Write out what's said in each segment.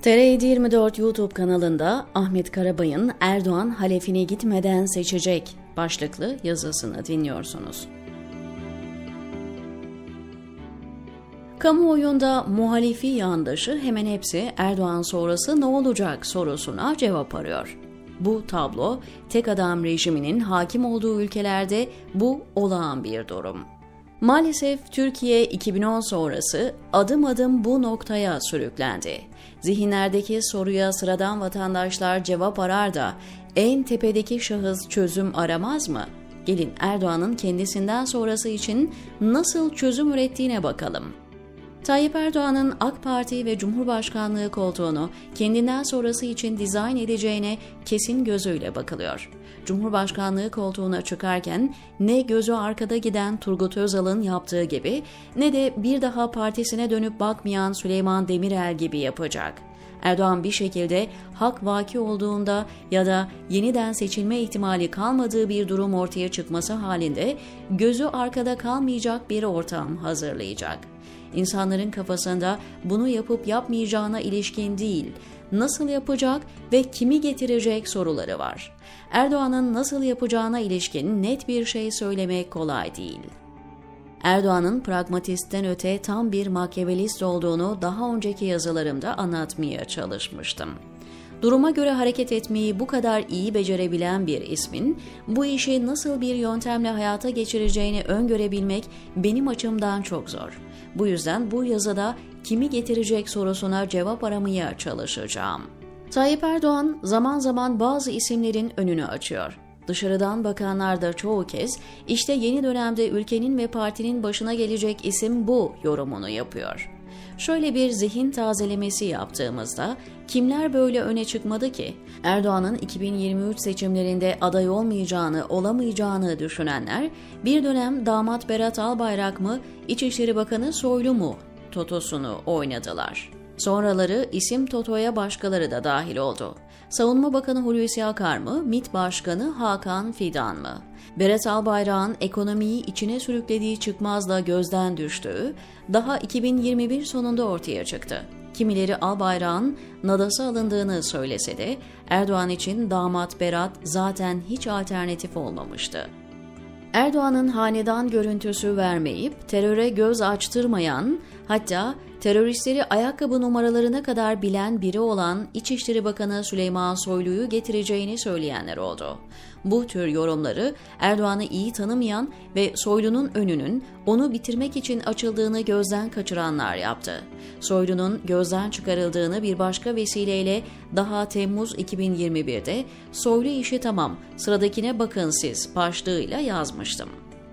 TR724 YouTube kanalında Ahmet Karabay'ın "Erdoğan halefine gitmeden seçecek" başlıklı yazısını dinliyorsunuz. Kamuoyunda muhalifi yandaşı hemen hepsi Erdoğan sonrası ne olacak sorusuna cevap arıyor. Bu tablo tek adam rejiminin hakim olduğu ülkelerde bu olağan bir durum. Maalesef Türkiye 2010 sonrası adım adım bu noktaya sürüklendi. Zihinlerdeki soruya sıradan vatandaşlar cevap arar da en tepedeki şahıs çözüm aramaz mı? Gelin Erdoğan'ın kendisinden sonrası için nasıl çözüm ürettiğine bakalım. Tayyip Erdoğan'ın AK Parti ve Cumhurbaşkanlığı koltuğunu kendinden sonrası için dizayn edeceğine kesin gözüyle bakılıyor. Cumhurbaşkanlığı koltuğuna çıkarken ne gözü arkada giden Turgut Özal'ın yaptığı gibi ne de bir daha partisine dönüp bakmayan Süleyman Demirel gibi yapacak. Erdoğan bir şekilde hak vaki olduğunda ya da yeniden seçilme ihtimali kalmadığı bir durum ortaya çıkması halinde gözü arkada kalmayacak bir ortam hazırlayacak. İnsanların kafasında bunu yapıp yapmayacağına ilişkin değil, nasıl yapacak ve kimi getirecek soruları var. Erdoğan'ın nasıl yapacağına ilişkin net bir şey söylemek kolay değil. Erdoğan'ın pragmatistten öte tam bir makyavelist olduğunu daha önceki yazılarımda anlatmaya çalışmıştım. Duruma göre hareket etmeyi bu kadar iyi becerebilen bir ismin bu işi nasıl bir yöntemle hayata geçireceğini öngörebilmek benim açımdan çok zor. Bu yüzden bu yazıda kimi getirecek sorusuna cevap aramaya çalışacağım. Tayyip Erdoğan zaman zaman bazı isimlerin önünü açıyor. Dışarıdan bakanlar da çoğu kez işte yeni dönemde ülkenin ve partinin başına gelecek isim bu yorumunu yapıyor. Şöyle bir zihin tazelemesi yaptığımızda kimler böyle öne çıkmadı ki? Erdoğan'ın 2023 seçimlerinde aday olmayacağını, olamayacağını düşünenler bir dönem damat Berat Albayrak mı, İçişleri Bakanı Soylu mu totosunu oynadılar. Sonraları isim totoya başkaları da dahil oldu. Savunma Bakanı Hulusi Akar mı, MİT Başkanı Hakan Fidan mı? Berat Albayrak'ın ekonomiyi içine sürüklediği çıkmazla gözden düştüğü daha 2021 sonunda ortaya çıktı. Kimileri Albayrak'ın nadası alındığını söylese de Erdoğan için damat Berat zaten hiç alternatif olmamıştı. Erdoğan'ın hanedan görüntüsü vermeyip teröre göz açtırmayan, hatta teröristleri ayakkabı numaralarına kadar bilen biri olan İçişleri Bakanı Süleyman Soylu'yu getireceğini söyleyenler oldu. Bu tür yorumları Erdoğan'ı iyi tanımayan ve Soylu'nun önünün onu bitirmek için açıldığını gözden kaçıranlar yaptı. Soylu'nun gözden çıkarıldığını bir başka vesileyle daha Temmuz 2021'de "Soylu işi tamam, sıradakine bakın siz" başlığıyla yazmıştım.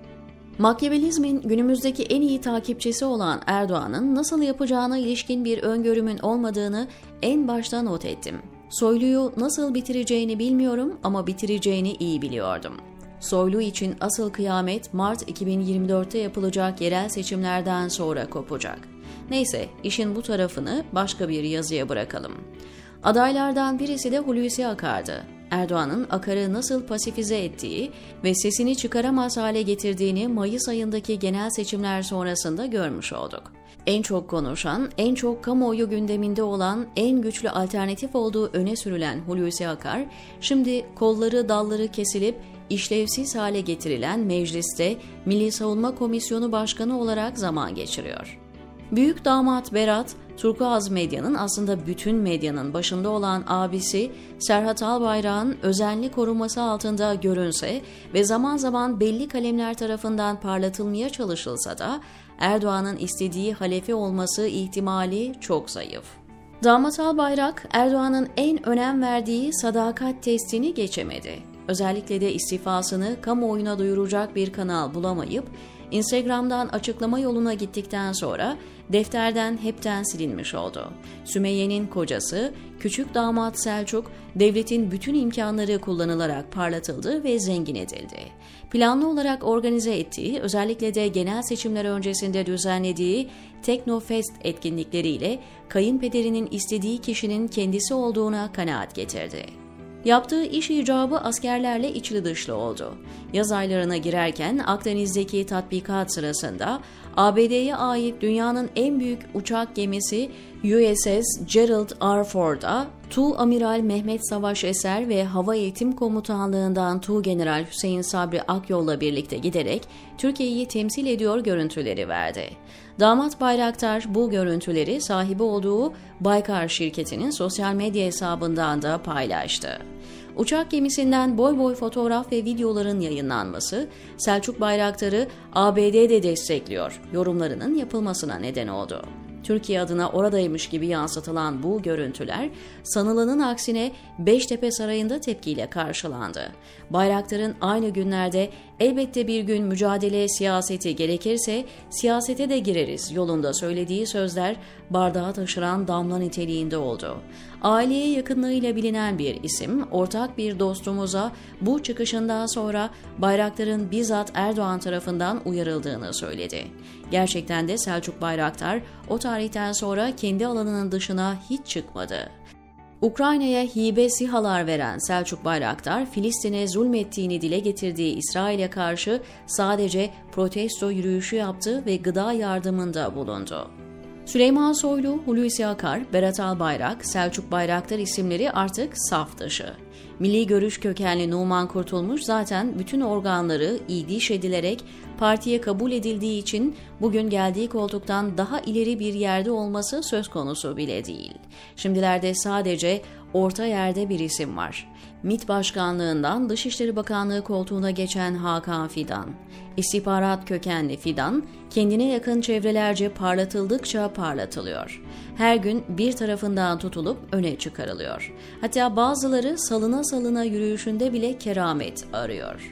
Makyavelizmin günümüzdeki en iyi takipçisi olan Erdoğan'ın nasıl yapacağına ilişkin bir öngörümün olmadığını en başta not ettim. Soylu'yu nasıl bitireceğini bilmiyorum ama bitireceğini iyi biliyordum. Soylu için asıl kıyamet Mart 2024'te yapılacak yerel seçimlerden sonra kopacak. Neyse, işin bu tarafını başka bir yazıya bırakalım. Adaylardan birisi de Hulusi Akar'dı. Erdoğan'ın Akar'ı nasıl pasifize ettiği ve sesini çıkaramaz hale getirdiğini Mayıs ayındaki genel seçimler sonrasında görmüş olduk. En çok konuşan, en çok kamuoyu gündeminde olan, en güçlü alternatif olduğu öne sürülen Hulusi Akar, şimdi kolları dalları kesilip işlevsiz hale getirilen mecliste Milli Savunma Komisyonu Başkanı olarak zaman geçiriyor. Büyük damat Berat, Turkuaz medyanın aslında bütün medyanın başında olan abisi Serhat Albayrak'ın özenli koruması altında görünse ve zaman zaman belli kalemler tarafından parlatılmaya çalışılsa da Erdoğan'ın istediği halefi olması ihtimali çok zayıf. Damat Albayrak, Erdoğan'ın en önem verdiği sadakat testini geçemedi. Özellikle de istifasını kamuoyuna duyuracak bir kanal bulamayıp Instagram'dan açıklama yoluna gittikten sonra defterden hepten silinmiş oldu. Sümeyye'nin kocası, küçük damat Selçuk, devletin bütün imkanları kullanılarak parlatıldı ve zengin edildi. Planlı olarak organize ettiği, özellikle de genel seçimler öncesinde düzenlediği Teknofest etkinlikleriyle kayınpederinin istediği kişinin kendisi olduğuna kanaat getirdi. Yaptığı iş icabı askerlerle içli dışlı oldu. Yaz aylarına girerken Akdeniz'deki tatbikat sırasında ABD'ye ait dünyanın en büyük uçak gemisi USS Gerald R. Ford'a Tuğamiral Mehmet Savaş Eser ve Hava Eğitim Komutanlığından Tuğgeneral Hüseyin Sabri Akyol'la birlikte giderek Türkiye'yi temsil ediyor görüntüleri verdi. Damat Bayraktar bu görüntüleri sahibi olduğu Baykar şirketinin sosyal medya hesabından da paylaştı. Uçak gemisinden boy boy fotoğraf ve videoların yayınlanması, Selçuk Bayraktar'ı ABD'de destekliyor yorumlarının yapılmasına neden oldu. Türkiye adına oradaymış gibi yansıtılan bu görüntüler, sanılanın aksine Beştepe Sarayı'nda tepkiyle karşılandı. Bayraktar'ın aynı günlerde elbette bir gün mücadele siyaseti gerekirse siyasete de gireriz yolunda söylediği sözler bardağı taşıran damla niteliğinde oldu. Aileye yakınlığıyla bilinen bir isim, ortak bir dostumuza bu çıkışından sonra Bayraktar'ın bizzat Erdoğan tarafından uyarıldığını söyledi. Gerçekten de Selçuk Bayraktar o tarihten sonra kendi alanının dışına hiç çıkmadı. Ukrayna'ya hibe SİHA'lar veren Selçuk Bayraktar, Filistin'e zulmettiğini dile getirdiği İsrail'e karşı sadece protesto yürüyüşü yaptı ve gıda yardımında bulundu. Süleyman Soylu, Hulusi Akar, Berat Albayrak, Selçuk Bayraktar isimleri artık saf dışı. Milli Görüş kökenli Numan Kurtulmuş zaten bütün organları diş edilerek partiye kabul edildiği için bugün geldiği koltuktan daha ileri bir yerde olması söz konusu bile değil. Şimdilerde sadece orta yerde bir isim var. MİT Başkanlığından Dışişleri Bakanlığı koltuğuna geçen Hakan Fidan. İstihbarat kökenli Fidan, kendine yakın çevrelerce parlatıldıkça parlatılıyor. Her gün bir tarafından tutulup öne çıkarılıyor. Hatta bazıları salına salına yürüyüşünde bile keramet arıyor.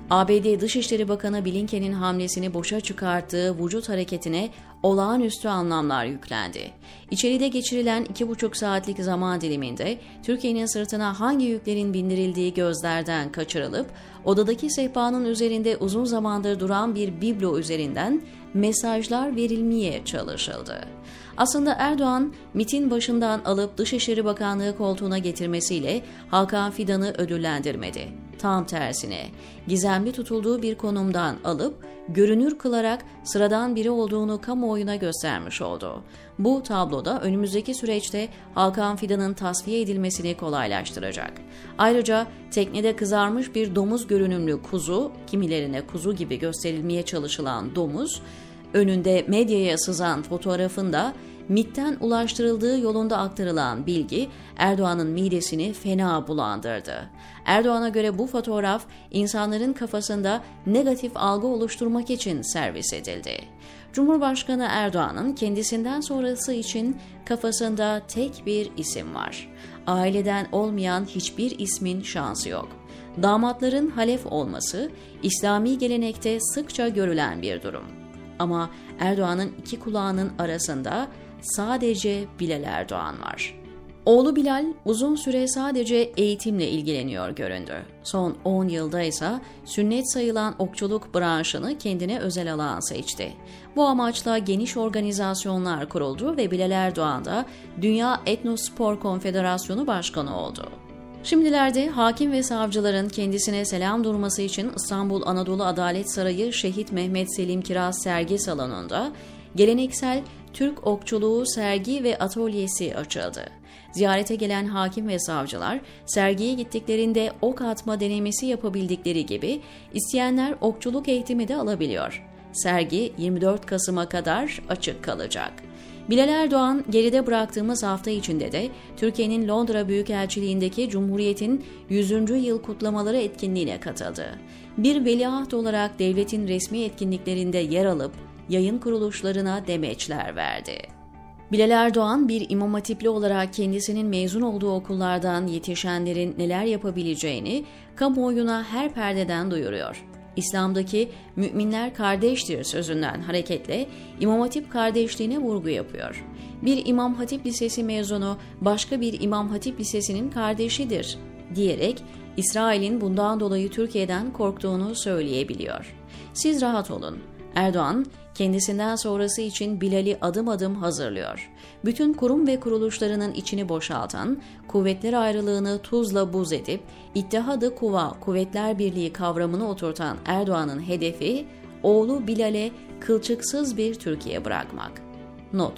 ABD Dışişleri Bakanı Blinken'in hamlesini boşa çıkarttığı vücut hareketine olağanüstü anlamlar yüklendi. İçeride geçirilen 2,5 saatlik zaman diliminde Türkiye'nin sırtına hangi yüklerin bindirildiği gözlerden kaçırılıp odadaki sehpanın üzerinde uzun zamandır duran bir biblo üzerinden mesajlar verilmeye çalışıldı. Aslında Erdoğan, MİT'in başından alıp Dışişleri Bakanlığı koltuğuna getirmesiyle Hakan Fidan'ı ödüllendirmedi. Tam tersine, gizemli tutulduğu bir konumdan alıp, görünür kılarak sıradan biri olduğunu kamuoyuna göstermiş oldu. Bu tabloda önümüzdeki süreçte Hakan Fidan'ın tasfiye edilmesini kolaylaştıracak. Ayrıca teknede kızarmış bir domuz görünümlü kuzu, kimilerine kuzu gibi gösterilmeye çalışılan domuz, önünde medyaya sızan fotoğrafında MİT'ten ulaştırıldığı yolunda aktarılan bilgi Erdoğan'ın midesini fena bulandırdı. Erdoğan'a göre bu fotoğraf insanların kafasında negatif algı oluşturmak için servis edildi. Cumhurbaşkanı Erdoğan'ın kendisinden sonrası için kafasında tek bir isim var. Aileden olmayan hiçbir ismin şansı yok. Damatların halef olması İslami gelenekte sıkça görülen bir durum. Ama Erdoğan'ın iki kulağının arasında sadece Bilal Erdoğan var. Oğlu Bilal uzun süre sadece eğitimle ilgileniyor göründü. Son 10 yılda ise sünnet sayılan okçuluk branşını kendine özel alan seçti. Bu amaçla geniş organizasyonlar kuruldu ve Bilal Erdoğan da Dünya Etnospor Konfederasyonu Başkanı oldu. Şimdilerde hakim ve savcıların kendisine selam durması için İstanbul Anadolu Adalet Sarayı Şehit Mehmet Selim Kiraz sergi salonunda geleneksel Türk okçuluğu sergi ve atölyesi açıldı. Ziyarete gelen hakim ve savcılar sergiye gittiklerinde ok atma denemesi yapabildikleri gibi isteyenler okçuluk eğitimi de alabiliyor. Sergi 24 Kasım'a kadar açık kalacak. Bilal Erdoğan, geride bıraktığımız hafta içinde de Türkiye'nin Londra Büyükelçiliğindeki Cumhuriyet'in 100. yıl kutlamaları etkinliğine katıldı. Bir veliaht olarak devletin resmi etkinliklerinde yer alıp yayın kuruluşlarına demeçler verdi. Bilal Erdoğan, bir İmam Hatipli olarak kendisinin mezun olduğu okullardan yetişenlerin neler yapabileceğini kamuoyuna her perdeden duyuruyor. İslam'daki müminler kardeştir sözünden hareketle İmam Hatip kardeşliğine vurgu yapıyor. Bir İmam Hatip Lisesi mezunu başka bir İmam Hatip Lisesi'nin kardeşidir diyerek İsrail'in bundan dolayı Türkiye'den korktuğunu söyleyebiliyor. Siz rahat olun. Erdoğan, kendisinden sonrası için Bilal'i adım adım hazırlıyor. Bütün kurum ve kuruluşlarının içini boşaltan, kuvvetler ayrılığını tuzla buz edip, İttihadı Kuva, Kuvvetler Birliği kavramını oturtan Erdoğan'ın hedefi, oğlu Bilal'e kılçıksız bir Türkiye bırakmak. Not: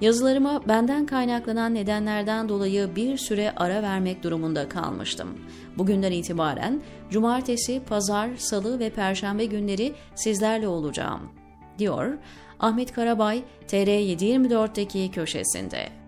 Yazılarıma benden kaynaklanan nedenlerden dolayı bir süre ara vermek durumunda kalmıştım. Bugünden itibaren cumartesi, pazar, salı ve perşembe günleri sizlerle olacağım, diyor Ahmet Karabay TR724'deki köşesinde.